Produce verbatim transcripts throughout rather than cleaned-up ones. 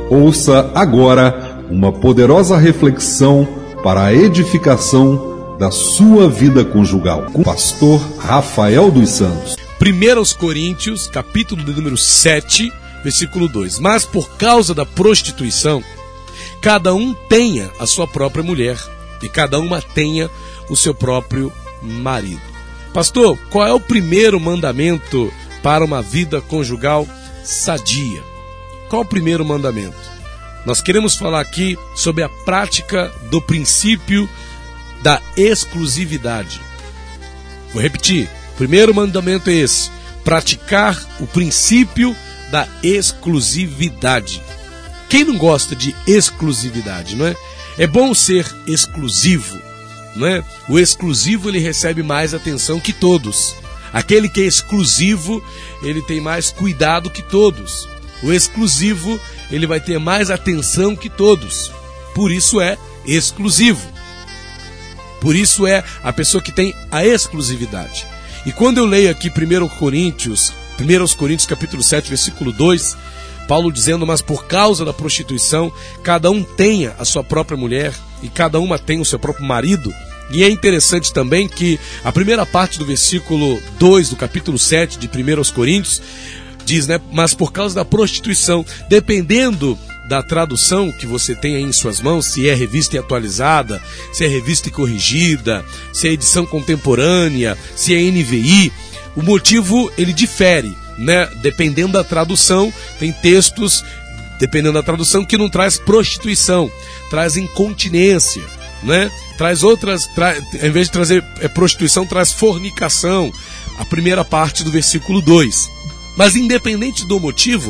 Ouça agora uma poderosa reflexão para a edificação da sua vida conjugal, com o pastor Rafael dos Santos. primeira Coríntios, capítulo de número sete, versículo dois. Mas por causa da prostituição, cada um tenha a sua própria mulher e cada uma tenha o seu próprio marido. Pastor, qual é o primeiro mandamento para uma vida conjugal sadia? Qual o primeiro mandamento? Nós queremos falar aqui sobre a prática do princípio da exclusividade. Vou repetir. O primeiro mandamento é esse: praticar o princípio da exclusividade. Quem não gosta de exclusividade, não é? É bom ser exclusivo, não é? O exclusivo, ele recebe mais atenção que todos. Aquele que é exclusivo, ele tem mais cuidado que todos. O exclusivo, ele vai ter mais atenção que todos. Por isso é exclusivo. Por isso é a pessoa que tem a exclusividade. E quando eu leio aqui primeira Coríntios, primeira Coríntios capítulo sete, versículo dois, Paulo dizendo: mas por causa da prostituição, cada um tenha a sua própria mulher e cada uma tenha o seu próprio marido. E é interessante também que a primeira parte do versículo dois do capítulo sete de primeira Coríntios diz, né? Mas por causa da prostituição, dependendo da tradução que você tem aí em suas mãos, se é revista e atualizada, se é revista e corrigida, se é edição contemporânea, se é N V I, o motivo ele difere, né? Dependendo da tradução, tem textos, dependendo da tradução, que não traz prostituição, traz incontinência, né? Traz outras, tra... em vez de trazer é, prostituição, traz fornicação, a primeira parte do versículo dois. Mas independente do motivo,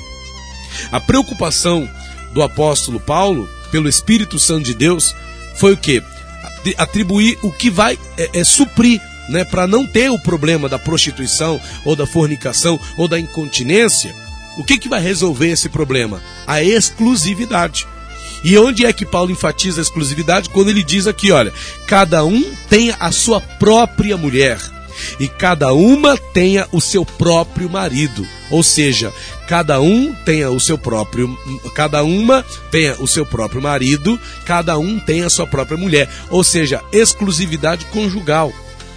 a preocupação do apóstolo Paulo, pelo Espírito Santo de Deus, foi o quê? Atribuir o que vai é, é, suprir, né, para não ter o problema da prostituição, ou da fornicação, ou da incontinência. O que, que vai resolver esse problema? A exclusividade. E onde é que Paulo enfatiza a exclusividade? Quando ele diz aqui, olha, cada um tenha a sua própria mulher e cada uma tenha o seu próprio marido. Ou seja, cada um tenha o seu próprio, cada uma tenha o seu próprio marido, cada um tenha a sua própria mulher. Ou seja, exclusividade conjugal.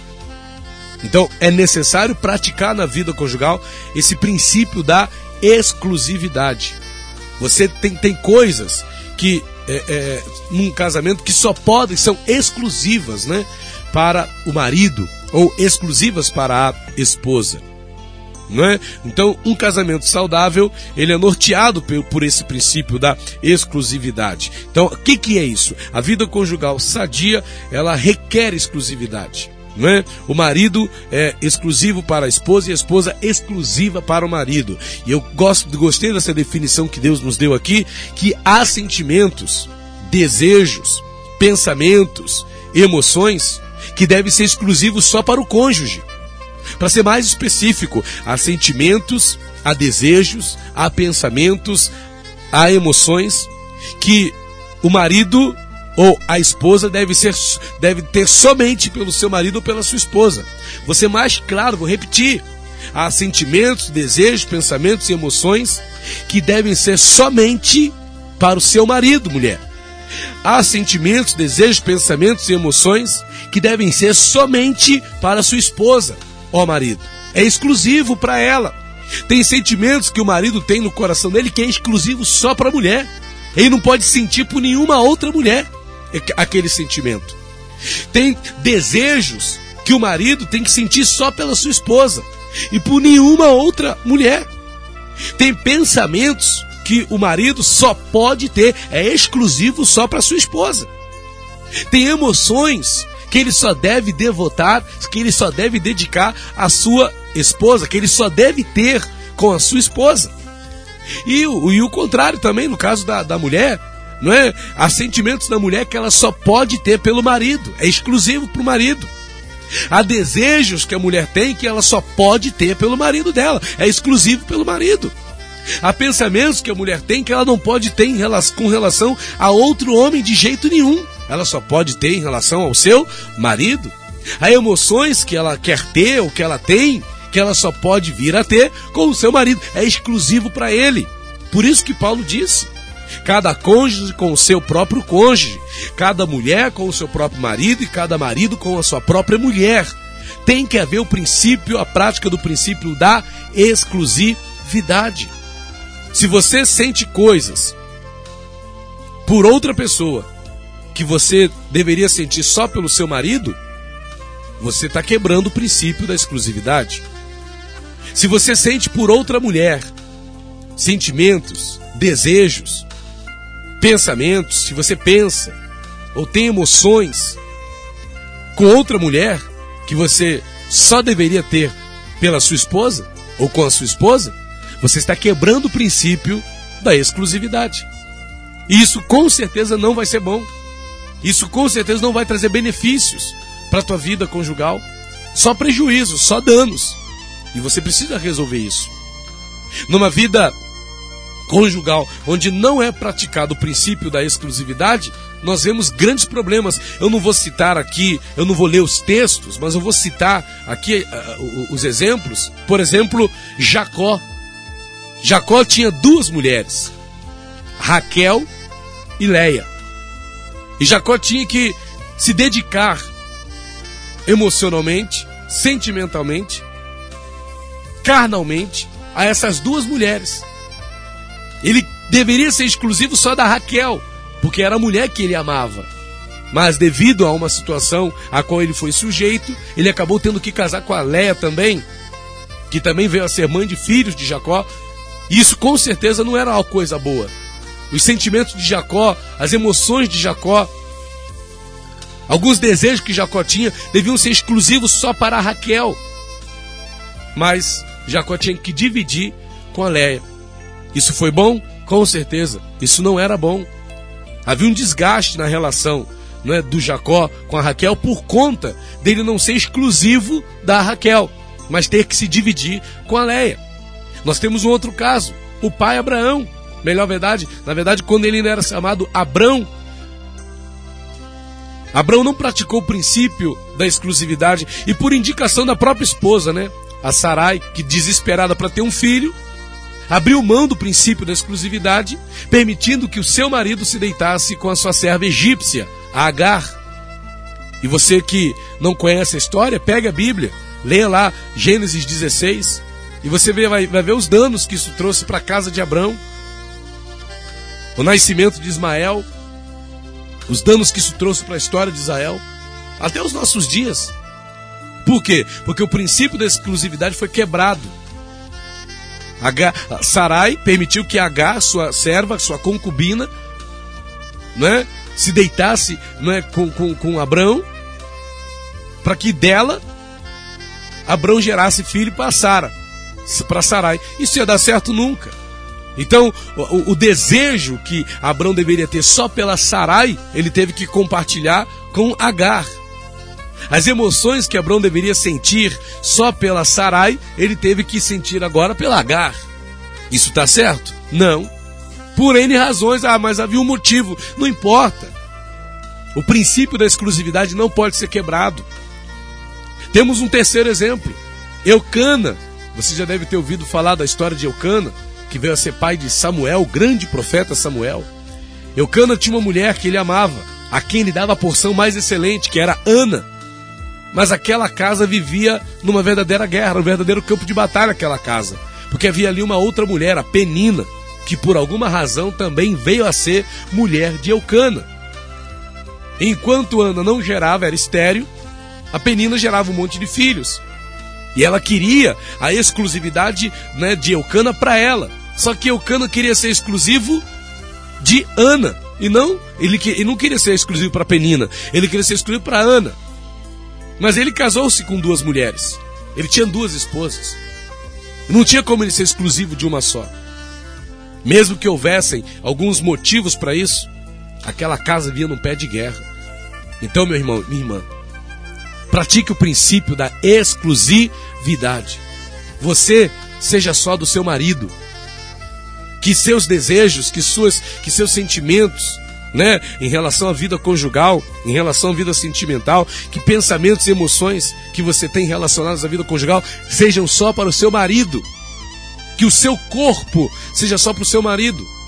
Então, é necessário praticar na vida conjugal esse princípio da exclusividade. Você tem, tem coisas que, é, é, num casamento, que só podem, são exclusivas, né, para o marido, ou exclusivas para a esposa, não é? Então, um casamento saudável, ele é norteado por, por esse princípio da exclusividade. Então, o que, que é isso? A vida conjugal sadia, ela requer exclusividade, não é? O marido é exclusivo para a esposa e a esposa exclusiva para o marido. E eu gosto, gostei dessa definição que Deus nos deu aqui, que há sentimentos, desejos, pensamentos, emoções que devem ser exclusivos só para o cônjuge. Para ser mais específico, há sentimentos, há desejos, há pensamentos, há emoções que o marido ou a esposa deve, ser, deve ter somente pelo seu marido ou pela sua esposa. Vou ser mais claro, vou repetir. Há sentimentos, desejos, pensamentos e emoções que devem ser somente para o seu marido, mulher. Há sentimentos, desejos, pensamentos e emoções que devem ser somente para a sua esposa, ó marido. É exclusivo para ela. Tem sentimentos que o marido tem no coração dele que é exclusivo só para a mulher. Ele não pode sentir por nenhuma outra mulher aquele sentimento. Tem desejos que o marido tem que sentir só pela sua esposa e por nenhuma outra mulher. Tem pensamentos que o marido só pode ter, é exclusivo só para sua esposa. Tem emoções que ele só deve devotar, que ele só deve dedicar à sua esposa, que ele só deve ter com a sua esposa. E o, e o contrário também, no caso da, da mulher, não é? Há sentimentos da mulher que ela só pode ter pelo marido, é exclusivo para o marido. Há desejos que a mulher tem que ela só pode ter pelo marido dela, é exclusivo pelo marido. Há pensamentos que a mulher tem que ela não pode ter em relação, com relação a outro homem de jeito nenhum. Ela só pode ter em relação ao seu marido. Há emoções que ela quer ter ou que ela tem que ela só pode vir a ter com o seu marido. É exclusivo para ele. Por isso que Paulo disse Cada cônjuge com o seu próprio cônjuge, cada mulher com o seu próprio marido e cada marido com a sua própria mulher. Tem que haver o princípio, a prática do princípio da exclusividade. Se você sente coisas por outra pessoa que você deveria sentir só pelo seu marido, você está quebrando o princípio da exclusividade. Se você sente por outra mulher sentimentos, desejos, pensamentos, se você pensa ou tem emoções com outra mulher que você só deveria ter pela sua esposa ou com a sua esposa, você está quebrando o princípio da exclusividade. E isso com certeza não vai ser bom. Isso com certeza não vai trazer benefícios para a tua vida conjugal. Só prejuízos, só danos. E você precisa resolver isso. Numa vida conjugal onde não é praticado o princípio da exclusividade, nós vemos grandes problemas. Eu não vou citar aqui, eu não vou ler os textos, mas eu vou citar aqui uh, os exemplos. Por exemplo, Jacó. Jacó tinha duas mulheres, Raquel e Leia. E Jacó tinha que se dedicar emocionalmente, sentimentalmente, carnalmente a essas duas mulheres. Ele deveria ser exclusivo só da Raquel, porque era a mulher que ele amava. Mas devido a uma situação a qual ele foi sujeito, ele acabou tendo que casar com a Leia também, que também veio a ser mãe de filhos de Jacó. E isso com certeza não era uma coisa boa. Os sentimentos de Jacó, as emoções de Jacó, alguns desejos que Jacó tinha deviam ser exclusivos só para a Raquel. Mas Jacó tinha que dividir com a Leia. Isso foi bom? Com certeza. Isso não era bom. Havia um desgaste na relação, não é, do Jacó com a Raquel por conta dele não ser exclusivo da Raquel, mas ter que se dividir com a Leia. Nós temos um outro caso, o pai Abraão. Melhor verdade, na verdade, quando ele ainda era chamado Abrão, Abrão não praticou o princípio da exclusividade e por indicação da própria esposa, né? A Sarai, que desesperada para ter um filho, abriu mão do princípio da exclusividade, permitindo que o seu marido se deitasse com a sua serva egípcia, a Agar. E você que não conhece a história, pega a Bíblia, leia lá Gênesis dezesseis, e você vai, vai ver os danos que isso trouxe para a casa de Abrão, o nascimento de Ismael, os danos que isso trouxe para a história de Israel, até os nossos dias. Por quê? Porque o princípio da exclusividade foi quebrado. Agar, Sarai permitiu que Agar, sua serva, sua concubina, não é, se deitasse, não é, com, com, com Abrão, para que dela Abrão gerasse filho para Sara, para Sarai. Isso ia dar certo nunca. Então, o, o desejo que Abrão deveria ter só pela Sarai, ele teve que compartilhar com Agar. As emoções que Abrão deveria sentir só pela Sarai, ele teve que sentir agora pela Agar. Isso está certo? Não. Por N razões, ah, mas havia um motivo. Não importa. O princípio da exclusividade não pode ser quebrado. Temos um terceiro exemplo. Eucana. Você já deve ter ouvido falar da história de Eucana, que veio a ser pai de Samuel, o grande profeta Samuel. Eucana tinha uma mulher que ele amava, a quem ele dava a porção mais excelente, que era Ana. Mas aquela casa vivia numa verdadeira guerra, um verdadeiro campo de batalha aquela casa. Porque havia ali uma outra mulher, a Penina, que por alguma razão também veio a ser mulher de Eucana. Enquanto Ana não gerava, era estéril, a Penina gerava um monte de filhos. E ela queria a exclusividade, né, de Eucana para ela. Só que Eucana queria ser exclusivo de Ana. E não, ele, ele não queria ser exclusivo para Penina, ele queria ser exclusivo para Ana. Mas ele casou-se com duas mulheres. Ele tinha duas esposas. Não tinha como ele ser exclusivo de uma só. Mesmo que houvessem alguns motivos para isso, aquela casa vinha num pé de guerra. Então, meu irmão, minha irmã, pratique o princípio da exclusividade. Você seja só do seu marido. Que seus desejos, que, suas, que seus sentimentos, né, em relação à vida conjugal, em relação à vida sentimental, que pensamentos e emoções que você tem relacionados à vida conjugal sejam só para o seu marido. Que o seu corpo seja só para o seu marido.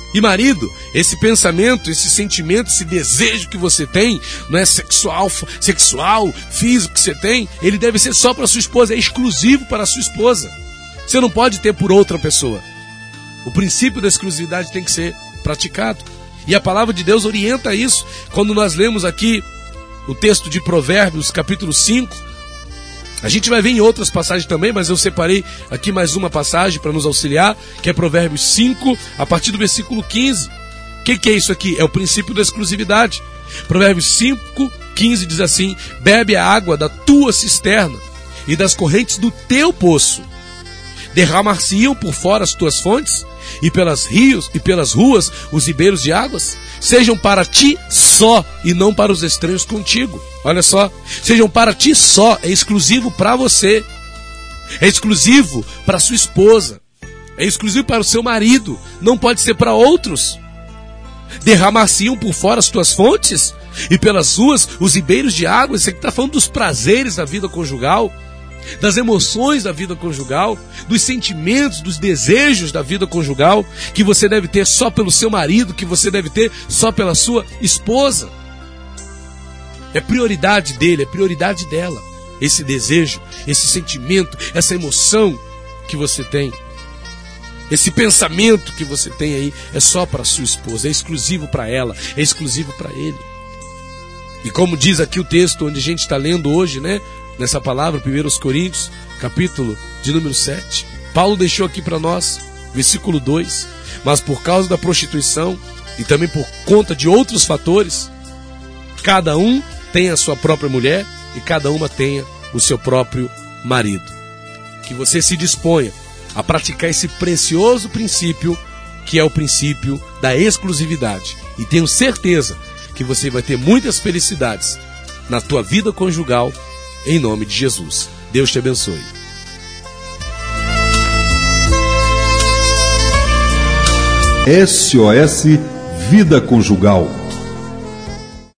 E marido, esse pensamento, esse sentimento, esse desejo que você tem, não é sexual, sexual, físico que você tem, ele deve ser só para sua esposa, é exclusivo para a sua esposa. Você não pode ter por outra pessoa. O princípio da exclusividade tem que ser praticado. E a palavra de Deus orienta isso. Quando nós lemos aqui o texto de Provérbios, capítulo cinco, a gente vai ver em outras passagens também, mas eu separei aqui mais uma passagem para nos auxiliar, que é Provérbios cinco, a partir do versículo quinze. O que, que é isso aqui? É o princípio da exclusividade. Provérbios cinco, quinze diz assim: bebe a água da tua cisterna e das correntes do teu poço. Derramar-se-iam por fora as tuas fontes, e pelas rios e pelas ruas os ribeiros de águas? Sejam para ti só e não para os estranhos contigo. Olha só, sejam para ti só, é exclusivo para você, é exclusivo para sua esposa, é exclusivo para o seu marido, não pode ser para outros. Derramar-se-iam por fora as tuas fontes, e pelas ruas os ribeiros de águas. Você que está falando dos prazeres da vida conjugal, das emoções da vida conjugal, dos sentimentos, dos desejos da vida conjugal, que você deve ter só pelo seu marido, que você deve ter só pela sua esposa. É prioridade dele, é prioridade dela. Esse desejo, esse sentimento, essa emoção que você tem, esse pensamento que você tem aí, é só para sua esposa, é exclusivo para ela, é exclusivo para ele. E como diz aqui o texto onde a gente está lendo hoje, né? Nessa palavra, primeira Coríntios, capítulo de número sete. Paulo deixou aqui para nós, versículo dois. Mas por causa da prostituição e também por conta de outros fatores, cada um tem a sua própria mulher e cada uma tenha o seu próprio marido. Que você se disponha a praticar esse precioso princípio, que é o princípio da exclusividade. E tenho certeza que você vai ter muitas felicidades na tua vida conjugal, em nome de Jesus. Deus te abençoe. S O S Vida Conjugal.